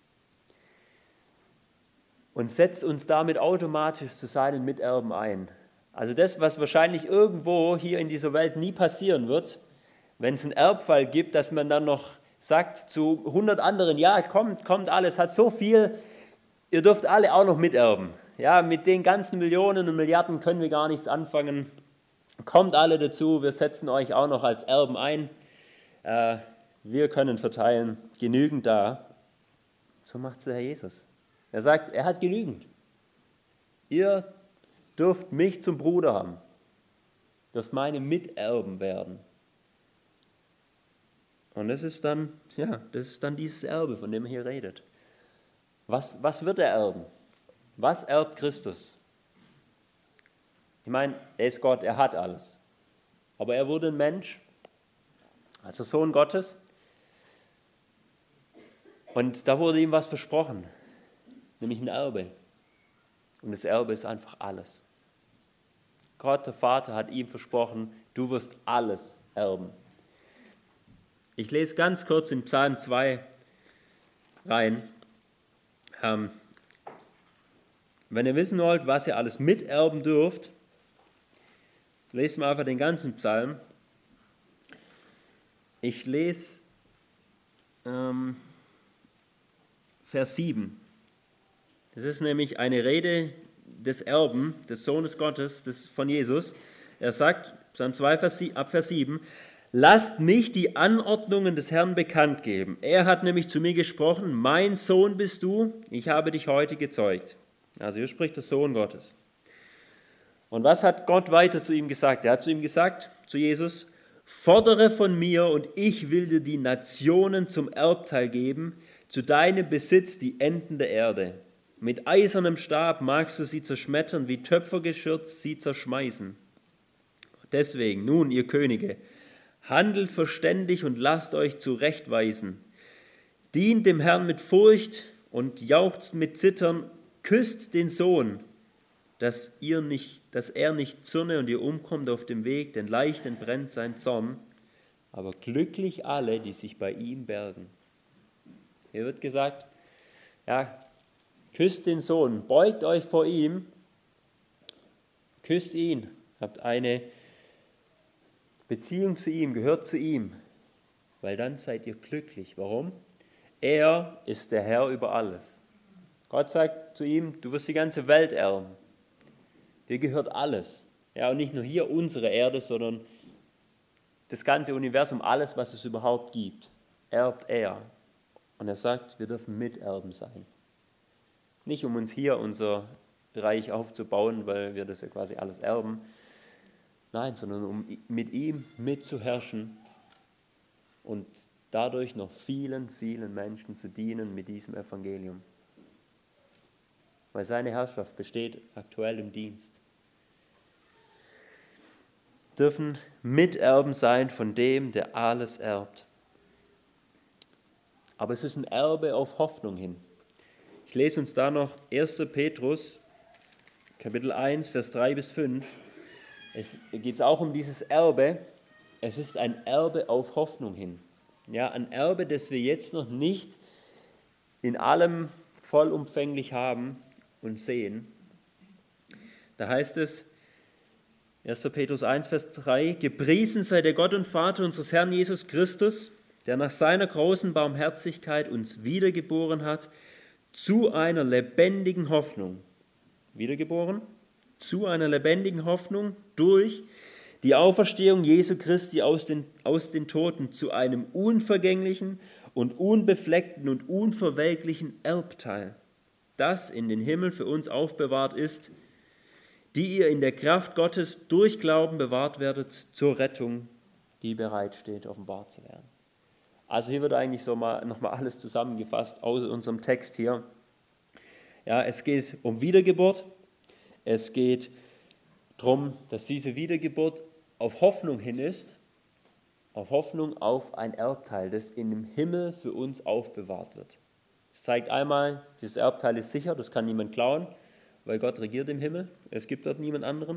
Speaker 1: Und setzt uns damit automatisch zu seinen Miterben ein. Also das, was wahrscheinlich irgendwo hier in dieser Welt nie passieren wird, wenn es einen Erbfall gibt, dass man dann noch sagt zu 100 anderen, ja, kommt alles, hat so viel, ihr dürft alle auch noch miterben. Ja, mit den ganzen Millionen und Milliarden können wir gar nichts anfangen. Kommt alle dazu, wir setzen euch auch noch als Erben ein. Wir können verteilen, genügend da. So macht es der Herr Jesus. Er sagt, er hat genügend. Ihr dürft mich zum Bruder haben, dürft meine Miterben werden. Und das ist dann dieses Erbe, von dem er hier redet. Was wird er erben? Was erbt Christus? Ich meine, er ist Gott, er hat alles. Aber er wurde ein Mensch, also Sohn Gottes. Und da wurde ihm was versprochen, nämlich ein Erbe. Und das Erbe ist einfach alles. Gott, der Vater, hat ihm versprochen, du wirst alles erben. Ich lese ganz kurz in Psalm 2 rein. Wenn ihr wissen wollt, was ihr alles miterben dürft, lest mal einfach den ganzen Psalm. Ich lese Vers 7. Das ist nämlich eine Rede des Erben, des Sohnes Gottes, von Jesus. Er sagt, Psalm 2, ab Vers 7, lasst mich die Anordnungen des Herrn bekannt geben. Er hat nämlich zu mir gesprochen, mein Sohn bist du, ich habe dich heute gezeugt. Also hier spricht der Sohn Gottes. Und was hat Gott weiter zu ihm gesagt? Er hat zu ihm gesagt, zu Jesus, fordere von mir und ich will dir die Nationen zum Erbteil geben, zu deinem Besitz die Enden der Erde. Mit eisernem Stab magst du sie zerschmettern, wie Töpfergeschirr sie zerschmeißen. Deswegen, nun, ihr Könige, handelt verständig und lasst euch zurechtweisen. Dient dem Herrn mit Furcht und jauchzt mit Zittern, küsst den Sohn, dass er nicht zürne und ihr umkommt auf dem Weg, denn leicht entbrennt sein Zorn, aber glücklich alle, die sich bei ihm bergen. Hier wird gesagt, ja, küsst den Sohn, beugt euch vor ihm, küsst ihn, habt eine Beziehung zu ihm, gehört zu ihm, weil dann seid ihr glücklich. Warum? Er ist der Herr über alles. Gott sagt zu ihm, du wirst die ganze Welt erben. Dir gehört alles. Ja, und nicht nur hier unsere Erde, sondern das ganze Universum, alles, was es überhaupt gibt, erbt er. Und er sagt, wir dürfen Miterben sein. Nicht um uns hier unser Reich aufzubauen, weil wir das ja quasi alles erben. Nein, sondern um mit ihm mitzuherrschen und dadurch noch vielen, vielen Menschen zu dienen mit diesem Evangelium. Weil seine Herrschaft besteht aktuell im Dienst. Dürfen Miterben sein von dem, der alles erbt. Aber es ist ein Erbe auf Hoffnung hin. Ich lese uns da noch 1. Petrus, Kapitel 1, Vers 3 bis 5. Es geht auch um dieses Erbe. Es ist ein Erbe auf Hoffnung hin. Ja, ein Erbe, das wir jetzt noch nicht in allem vollumfänglich haben und sehen. Da heißt es, 1. Petrus 1, Vers 3, gepriesen sei der Gott und Vater unseres Herrn Jesus Christus, der nach seiner großen Barmherzigkeit uns wiedergeboren hat, zu einer lebendigen Hoffnung. Wiedergeboren? Zu einer lebendigen Hoffnung durch die Auferstehung Jesu Christi aus den Toten zu einem unvergänglichen und unbefleckten und unverwelklichen Erbteil, das in den Himmel für uns aufbewahrt ist, die ihr in der Kraft Gottes durch Glauben bewahrt werdet zur Rettung, die bereitsteht, offenbart zu werden. Also hier wird eigentlich so nochmal alles zusammengefasst aus unserem Text hier. Ja, es geht um Wiedergeburt. Es geht darum, dass diese Wiedergeburt auf Hoffnung hin ist, auf Hoffnung auf ein Erbteil, das in dem Himmel für uns aufbewahrt wird. Es zeigt einmal, dieses Erbteil ist sicher, das kann niemand klauen, weil Gott regiert im Himmel, es gibt dort niemand anderen.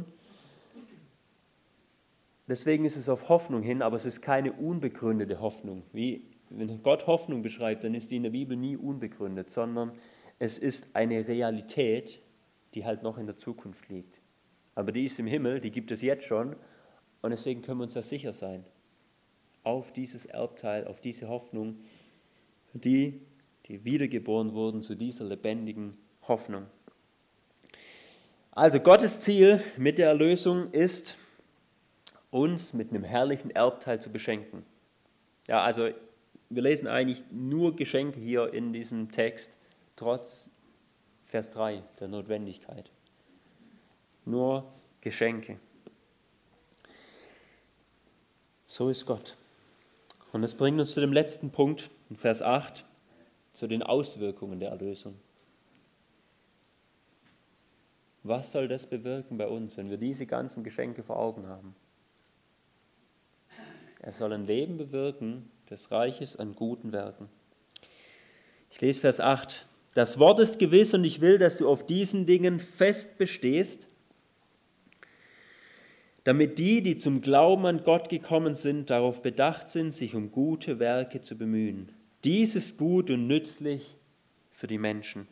Speaker 1: Deswegen ist es auf Hoffnung hin, aber es ist keine unbegründete Hoffnung. Wenn Gott Hoffnung beschreibt, dann ist die in der Bibel nie unbegründet, sondern es ist eine Realität, die halt noch in der Zukunft liegt. Aber die ist im Himmel, die gibt es jetzt schon und deswegen können wir uns da sicher sein. Auf dieses Erbteil, auf diese Hoffnung, für die wiedergeboren wurden zu dieser lebendigen Hoffnung. Also Gottes Ziel mit der Erlösung ist, uns mit einem herrlichen Erbteil zu beschenken. Ja, also wir lesen eigentlich nur Geschenke hier in diesem Text, trotz Vers 3 der Notwendigkeit. Nur Geschenke. So ist Gott. Und das bringt uns zu dem letzten Punkt, in Vers 8, zu den Auswirkungen der Erlösung. Was soll das bewirken bei uns, wenn wir diese ganzen Geschenke vor Augen haben? Es soll ein Leben bewirken des Reiches an guten Werken. Ich lese Vers 8. Das Wort ist gewiss und ich will, dass du auf diesen Dingen fest bestehst, damit die zum Glauben an Gott gekommen sind, darauf bedacht sind, sich um gute Werke zu bemühen. Dies ist gut und nützlich für die Menschen.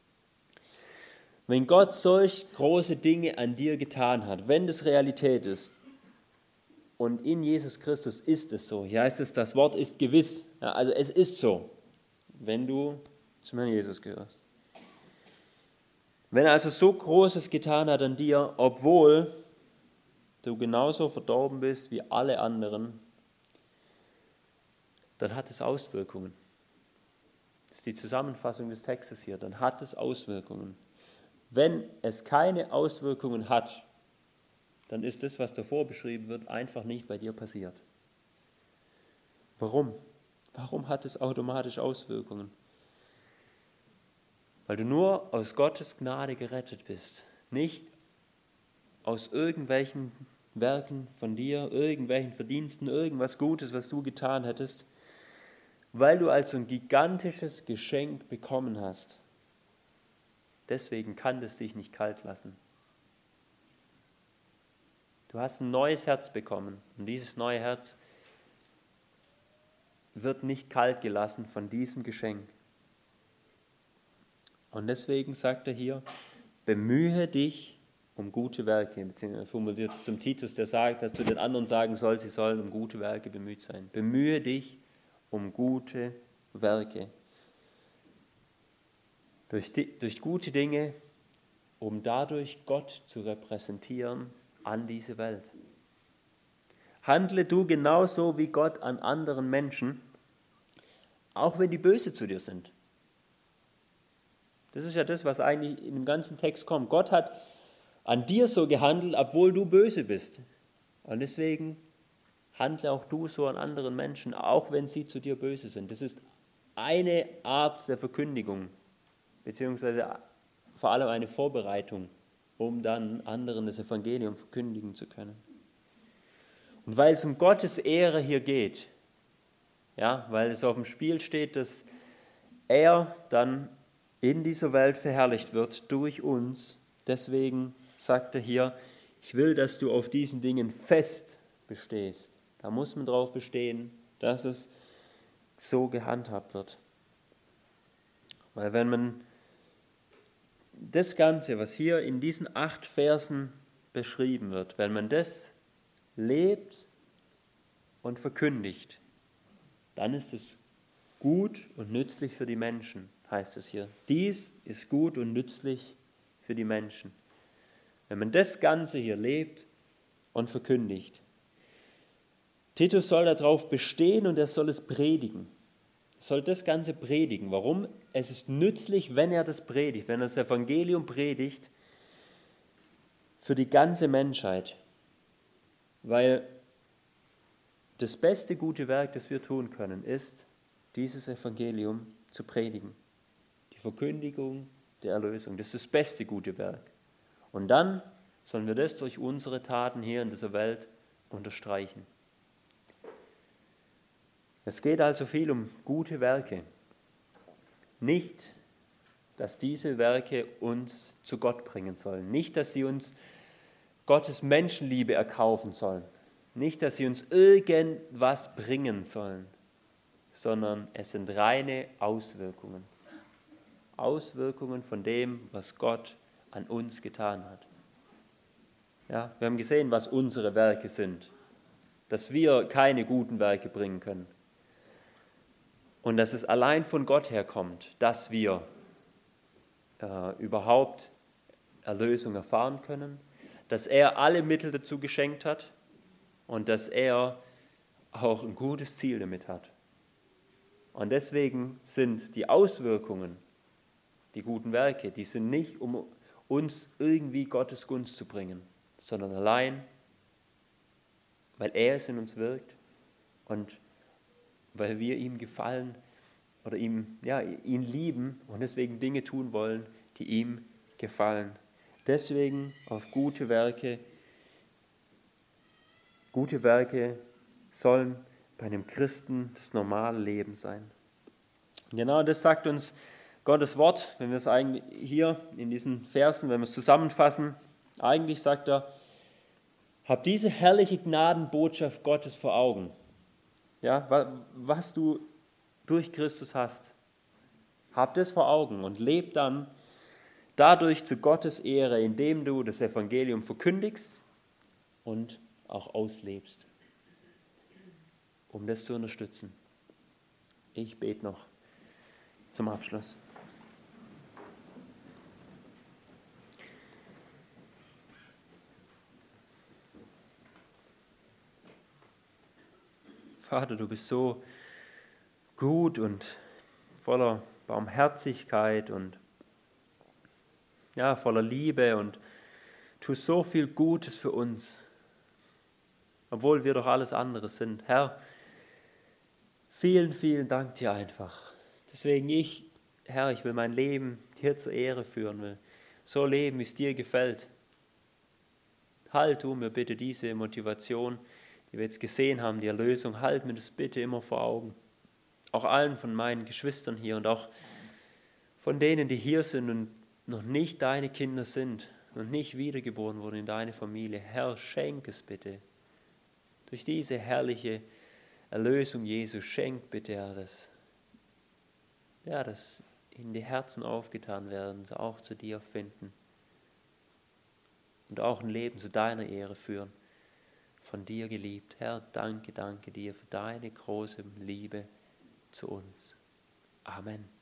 Speaker 1: Wenn Gott solch große Dinge an dir getan hat, wenn das Realität ist, und in Jesus Christus ist es so, hier heißt es, das Wort ist gewiss, ja, also es ist so, wenn du zum Herrn Jesus gehörst. Wenn er also so Großes getan hat an dir, obwohl du genauso verdorben bist wie alle anderen, dann hat es Auswirkungen. Das ist die Zusammenfassung des Textes hier, dann hat es Auswirkungen. Wenn es keine Auswirkungen hat, dann ist das, was davor beschrieben wird, einfach nicht bei dir passiert. Warum? Warum hat es automatisch Auswirkungen? Weil du nur aus Gottes Gnade gerettet bist, nicht aus irgendwelchen Werken von dir, irgendwelchen Verdiensten, irgendwas Gutes, was du getan hättest, weil du also ein gigantisches Geschenk bekommen hast. Deswegen kann es dich nicht kalt lassen. Du hast ein neues Herz bekommen und dieses neue Herz wird nicht kalt gelassen von diesem Geschenk. Und deswegen sagt er hier, bemühe dich um gute Werke. Beziehungsweise formuliert es zum Titus, der sagt, dass du den anderen sagen sollst, sie sollen um gute Werke bemüht sein. Bemühe dich um gute Werke. Durch gute Dinge, um dadurch Gott zu repräsentieren an diese Welt. Handle du genauso wie Gott an anderen Menschen, auch wenn die böse zu dir sind. Das ist ja das, was eigentlich in dem ganzen Text kommt. Gott hat an dir so gehandelt, obwohl du böse bist. Und deswegen handle auch du so an anderen Menschen, auch wenn sie zu dir böse sind. Das ist eine Art der Verkündigung, beziehungsweise vor allem eine Vorbereitung, um dann anderen das Evangelium verkündigen zu können. Und weil es um Gottes Ehre hier geht, ja, weil es auf dem Spiel steht, dass er dann in dieser Welt verherrlicht wird durch uns, deswegen sagt er hier, ich will, dass du auf diesen Dingen fest bestehst. Da muss man drauf bestehen, dass es so gehandhabt wird. Weil wenn man das Ganze, was hier in diesen 8 Versen beschrieben wird, wenn man das lebt und verkündigt, dann ist es gut und nützlich für die Menschen, heißt es hier. Dies ist gut und nützlich für die Menschen. Wenn man das Ganze hier lebt und verkündigt. Titus soll darauf bestehen und er soll es predigen. Er soll das Ganze predigen. Warum? Es ist nützlich, wenn er das predigt, wenn er das Evangelium predigt für die ganze Menschheit. Weil das beste gute Werk, das wir tun können, ist, dieses Evangelium zu predigen. Die Verkündigung der Erlösung. Das ist das beste gute Werk. Und dann sollen wir das durch unsere Taten hier in dieser Welt unterstreichen. Es geht also viel um gute Werke. Nicht, dass diese Werke uns zu Gott bringen sollen. Nicht, dass sie uns Gottes Menschenliebe erkaufen sollen. Nicht, dass sie uns irgendwas bringen sollen, sondern es sind reine Auswirkungen. Auswirkungen von dem, was Gott an uns getan hat. Ja, wir haben gesehen, was unsere Werke sind, dass wir keine guten Werke bringen können und dass es allein von Gott herkommt, dass wir überhaupt Erlösung erfahren können, dass er alle Mittel dazu geschenkt hat und dass er auch ein gutes Ziel damit hat. Und deswegen sind die Auswirkungen, die guten Werke, die sind nicht, um uns irgendwie Gottes Gunst zu bringen, sondern allein, weil er es in uns wirkt und weil wir ihm gefallen oder ihn lieben und deswegen Dinge tun wollen, die ihm gefallen. Deswegen auf gute Werke sollen bei einem Christen das normale Leben sein. Genau das sagt uns Gottes Wort, wenn wir es eigentlich hier in diesen Versen, wenn wir es zusammenfassen, eigentlich sagt er, hab diese herrliche Gnadenbotschaft Gottes vor Augen. Ja, was du durch Christus hast, hab das vor Augen und leb dann dadurch zu Gottes Ehre, indem du das Evangelium verkündigst und auch auslebst, um das zu unterstützen. Ich bete noch zum Abschluss. Vater, du bist so gut und voller Barmherzigkeit und voller Liebe und tust so viel Gutes für uns, obwohl wir doch alles andere sind. Herr, vielen, vielen Dank dir einfach. Deswegen Herr, ich will mein Leben dir zur Ehre führen, will so leben, wie es dir gefällt. Halt du mir bitte diese Motivation, die wir jetzt gesehen haben, die Erlösung, halt mir das bitte immer vor Augen. Auch allen von meinen Geschwistern hier und auch von denen, die hier sind und noch nicht deine Kinder sind und nicht wiedergeboren wurden in deine Familie. Herr, schenk es bitte. Durch diese herrliche Erlösung Jesu, schenk bitte, Herr, dass ihnen die Herzen aufgetan werden, auch zu dir finden und auch ein Leben zu deiner Ehre führen. Von dir geliebt. Herr, danke dir für deine große Liebe zu uns. Amen.